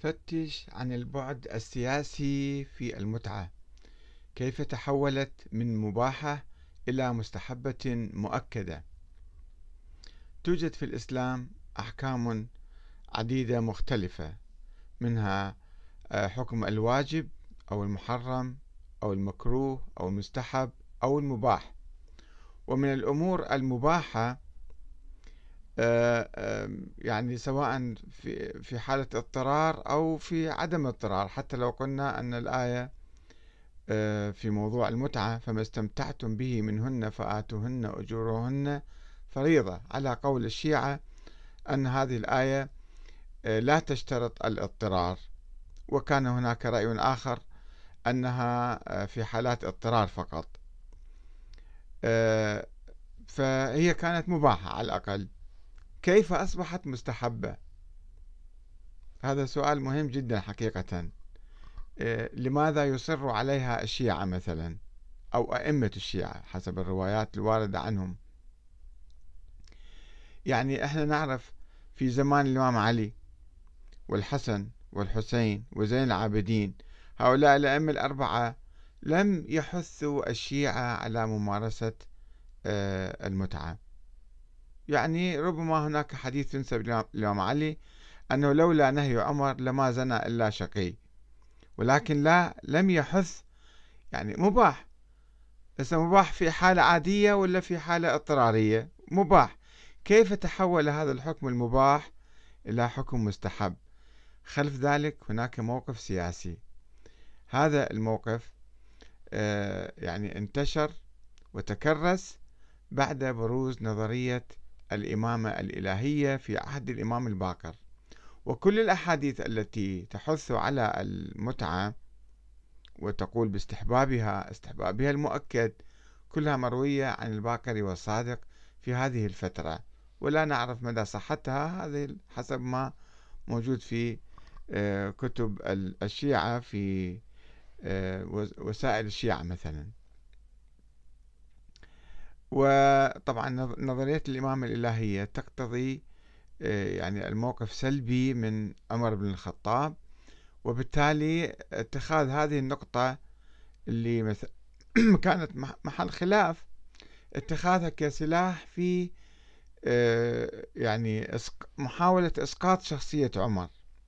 فتش عن البعد السياسي في المتعة، كيف تحولت من مباحة إلى مستحبة مؤكدة. توجد في الإسلام أحكام عديدة مختلفة، منها حكم الواجب أو المحرم أو المكروه أو المستحب أو المباح. ومن الأمور المباحة يعني سواء في حالة اضطرار أو في عدم اضطرار، حتى لو قلنا أن الآية في موضوع المتعة فما استمتعتم به منهن فآتوهن أجورهن فريضة، على قول الشيعة أن هذه الآية لا تشترط الاضطرار، وكان هناك رأي آخر أنها في حالات اضطرار فقط. فهي كانت مباحة على الأقل، كيف أصبحت مستحبة؟ هذا سؤال مهم جدا حقيقة. لماذا يصر عليها الشيعة مثلا أو أئمة الشيعة حسب الروايات الواردة عنهم؟ يعني احنا نعرف في زمان الإمام علي والحسن والحسين وزين العابدين، هؤلاء الأئمة الأربعة لم يحثوا الشيعة على ممارسة المتعة. يعني ربما هناك حديث ينسب للإمام علي أنه لولا نهي عمر لما زنى إلا شقي، ولكن لم يحث. يعني مباح، بس مباح في حالة عادية ولا في حالة اضطرارية؟ مباح. كيف تحول هذا الحكم المباح إلى حكم مستحب؟ خلف ذلك هناك موقف سياسي. هذا الموقف يعني انتشر وتكرس بعد بروز نظرية الإمامة الإلهية في عهد الإمام الباقر، وكل الأحاديث التي تحث على المتعة وتقول استحبابها المؤكد كلها مروية عن الباقر والصادق في هذه الفترة، ولا نعرف مدى صحتها، هذه حسب ما موجود في كتب الشيعة في وسائل الشيعة مثلا. وطبعا نظرية الإمامة الإلهية تقتضي يعني الموقف سلبي من عمر بن الخطاب، وبالتالي اتخاذ هذه النقطة اللي كانت محل خلاف، اتخاذها كسلاح في يعني محاولة إسقاط شخصية عمر.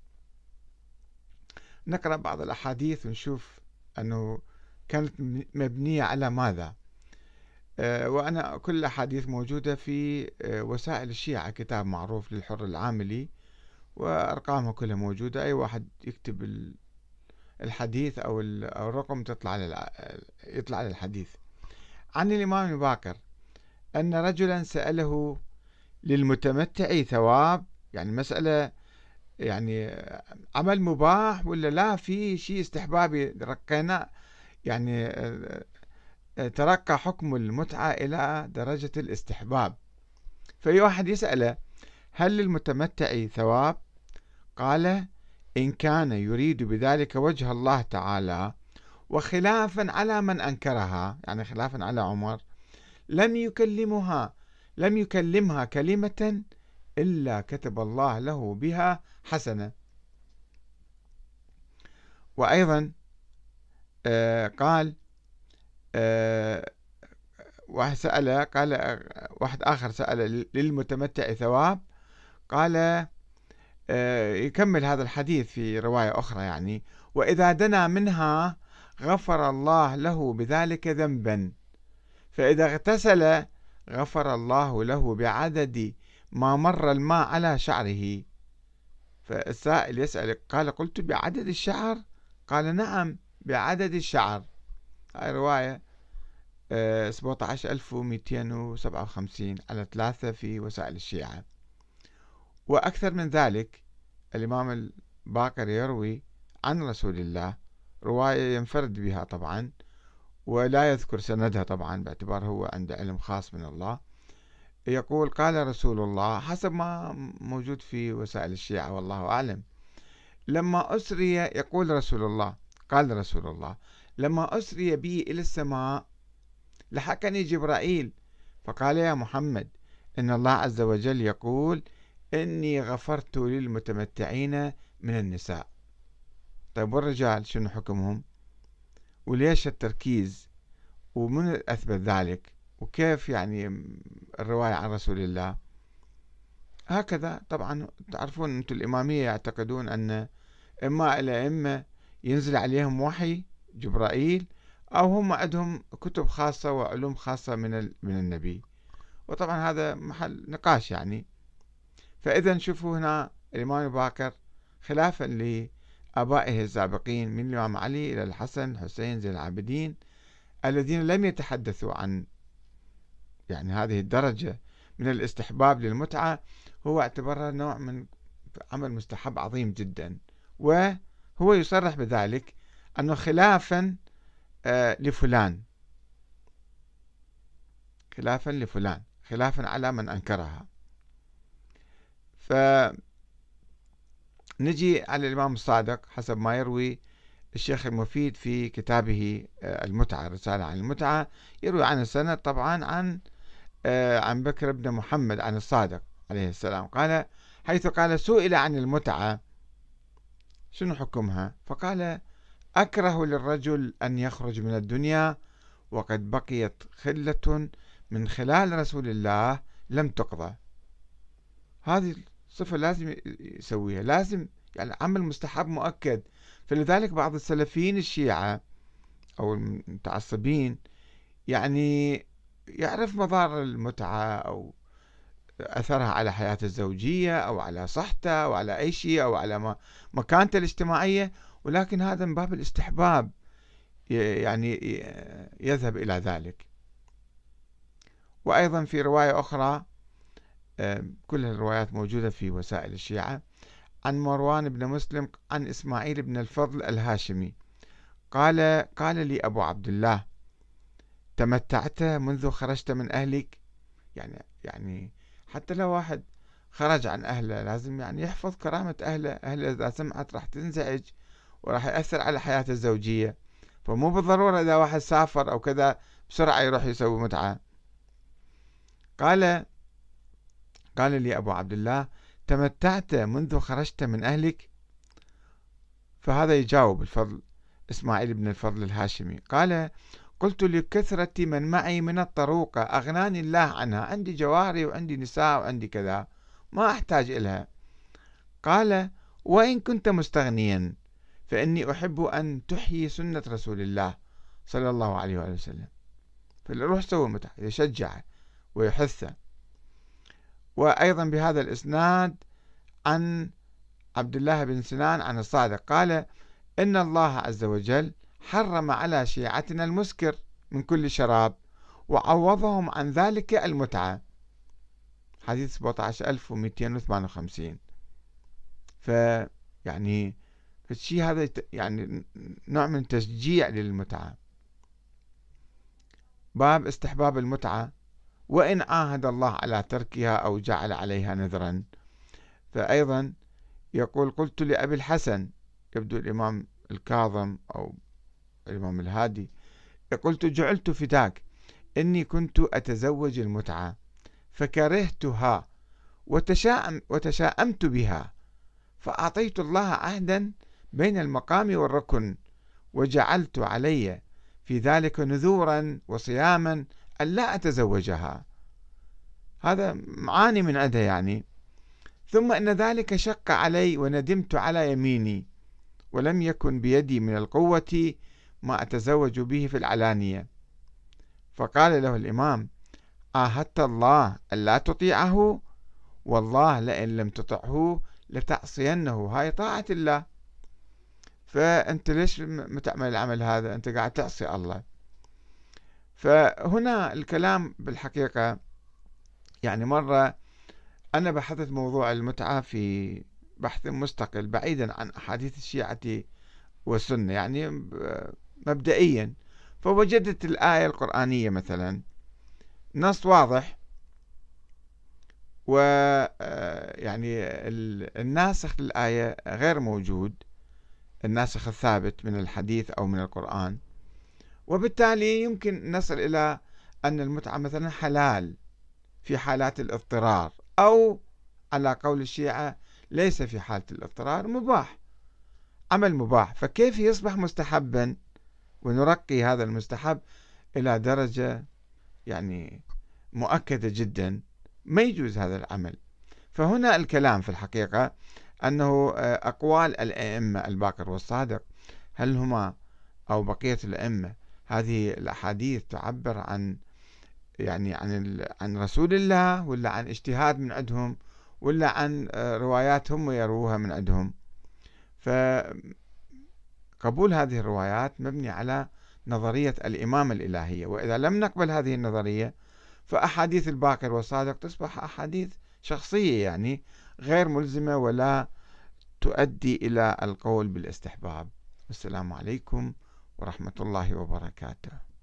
نقرأ بعض الأحاديث ونشوف أنه كانت مبنية على ماذا. وأنا كل الأحاديث موجودة في وسائل الشيعة، كتاب معروف للحر العاملي، وأرقامها كلها موجودة، أي واحد يكتب الحديث أو الرقم يطلع للحديث. عن الإمام الباقر أن رجلا سأله للمتمتع ثواب، يعني مسألة يعني عمل مباح ولا لا في شيء استحبابي، رقينا يعني ترقى حكم المتعة إلى درجة الاستحباب. فأي واحد يسأله هل للمتمتع ثواب؟ قال إن كان يريد بذلك وجه الله تعالى وخلافا على من أنكرها، يعني خلافا على عمر، لم يكلمها كلمة إلا كتب الله له بها حسنة. وأيضا قال واحد آخر سأل للمتمتع ثواب، قال يكمل هذا الحديث في رواية أخرى، يعني وإذا دنا منها غفر الله له بذلك ذنبا، فإذا اغتسل غفر الله له بعدد ما مر الماء على شعره. فالسائل يسأل قال قلت بعدد الشعر؟ قال نعم بعدد الشعر. هاي رواية 17257 على 3 في وسائل الشيعة. وأكثر من ذلك الإمام الباقر يروي عن رسول الله رواية ينفرد بها طبعا، ولا يذكر سندها طبعا باعتبار هو عنده علم خاص من الله. يقول قال رسول الله، حسب ما موجود في وسائل الشيعة والله أعلم، لما أسري، يقول رسول الله قال رسول الله لما أسري بي إلى السماء لحقني جبرائيل فقال يا محمد إن الله عز وجل يقول إني غفرت للمتمتعين من النساء. طيب والرجال شنو حكمهم؟ وليش التركيز؟ ومن أثبت ذلك؟ وكيف يعني الرواية عن رسول الله؟ هكذا طبعا تعرفون أنتم الإمامية يعتقدون أن إما ينزل عليهم وحي جبرائيل، أو هم عندهم كتب خاصة وعلوم خاصة من النبي، وطبعا هذا محل نقاش يعني. فإذا شوفوا هنا الإمام باكر خلافا لآبائه السابقين من الإمام علي إلى الحسن الحسين زين العابدين، الذين لم يتحدثوا عن يعني هذه الدرجة من الاستحباب للمتعة، هو اعتبرها نوع من عمل مستحب عظيم جدا، وهو يصرح بذلك أنه خلافا لفلان، خلافا على من أنكرها. فنجي على الإمام الصادق حسب ما يروي الشيخ المفيد في كتابه المتعة، رسالة عن المتعة، يروي عن السند طبعا عن بكر بن محمد عن الصادق عليه السلام قال، حيث قال سئل عن المتعة شنو حكمها؟ فقال أكره للرجل أن يخرج من الدنيا وقد بقيت خلة من خلال رسول الله لم تقضى. هذه الصفة لازم يسويها، لازم يعني عمل مستحب مؤكد. فلذلك بعض السلفيين الشيعة أو المتعصبين يعني يعرف مضار المتعة أو أثرها على حياته الزوجية أو على صحته أو على أي شيء أو على مكانته الاجتماعية، ولكن هذا من باب الاستحباب يعني يذهب إلى ذلك. وأيضا في رواية أخرى، كل الروايات موجودة في وسائل الشيعة، عن مروان بن مسلم عن إسماعيل بن الفضل الهاشمي قال لي أبو عبد الله تمتعت منذ خرجت من أهلك؟ يعني حتى لو واحد خرج عن أهله لازم يعني يحفظ كرامة أهله إذا سمعت راح تنزعج وراح يأثر على حياته الزوجية، فمو بالضرورة إذا واحد سافر أو كذا بسرعة يروح يسوي متعة. قال لي أبو عبد الله تمتعت منذ خرجت من أهلك؟ فهذا يجاوب الفضل إسماعيل بن الفضل الهاشمي قال قلت لكثرة من معي من الطروقة أغناني الله عنها، عندي جواري وعندي نساء وعندي كذا ما أحتاج إلها. قال وإن كنت مستغنيا فإني أحب أن تحيي سنة رسول الله صلى الله عليه وآله وسلم، فالروح سوى متعة يشجعه ويحثه. وأيضا بهذا الإسناد عن عبد الله بن سنان عن الصادق قال إن الله عز وجل حرم على شيعتنا المسكر من كل شراب وعوضهم عن ذلك المتعة، حديث 17258. فيعني الشيء هذا يعني نوع من تشجيع للمتعة. باب استحباب المتعة وإن عاهد الله على تركها أو جعل عليها نذرا. فأيضا يقول قلت لأبي الحسن، يبدو الإمام الكاظم أو الإمام الهادي، قلت جعلت فداك إني كنت أتزوج المتعة فكرهتها وتشاءمت بها، فأعطيت الله عهدا بين المقام والركن وجعلت علي في ذلك نذورا وصياما ألا أتزوجها. هذا معاني من عندها يعني. ثم إن ذلك شق علي وندمت على يميني ولم يكن بيدي من القوة ما أتزوج به في العلانية. فقال له الإمام عاهدت الله ألا تطيعه، والله لئن لم تطعه لتعصينه، هاي طاعة الله، فأنت ليش متعمل العمل هذا؟ أنت قاعد تعصي الله. فهنا الكلام بالحقيقة يعني مرة أنا بحثت موضوع المتعة في بحث مستقل بعيدا عن أحاديث الشيعة والسنة يعني مبدئيا، فوجدت الآية القرآنية مثلا نص واضح، ويعني الناسخ للآية غير موجود، الناسخ الثابت من الحديث أو من القرآن، وبالتالي يمكن نصل إلى أن المتعة مثلا حلال في حالات الاضطرار، أو على قول الشيعة ليس في حالة الاضطرار مباح. عمل مباح، فكيف يصبح مستحبا ونرقي هذا المستحب إلى درجة يعني مؤكدة جدا؟ ما يجوز هذا العمل. فهنا الكلام في الحقيقة أنه أقوال الأئمة الباقر والصادق، هل هما أو بقية الأئمة، هذه الأحاديث تعبر عن يعني عن رسول الله، ولا عن اجتهاد من عندهم، ولا عن روايات هم يروها من عندهم؟ فقبول هذه الروايات مبني على نظرية الإمامة الإلهية، وإذا لم نقبل هذه النظرية فأحاديث الباقر والصادق تصبح أحاديث شخصية، يعني غير ملزمة ولا تؤدي إلى القول بالاستحباب. والسلام عليكم ورحمة الله وبركاته.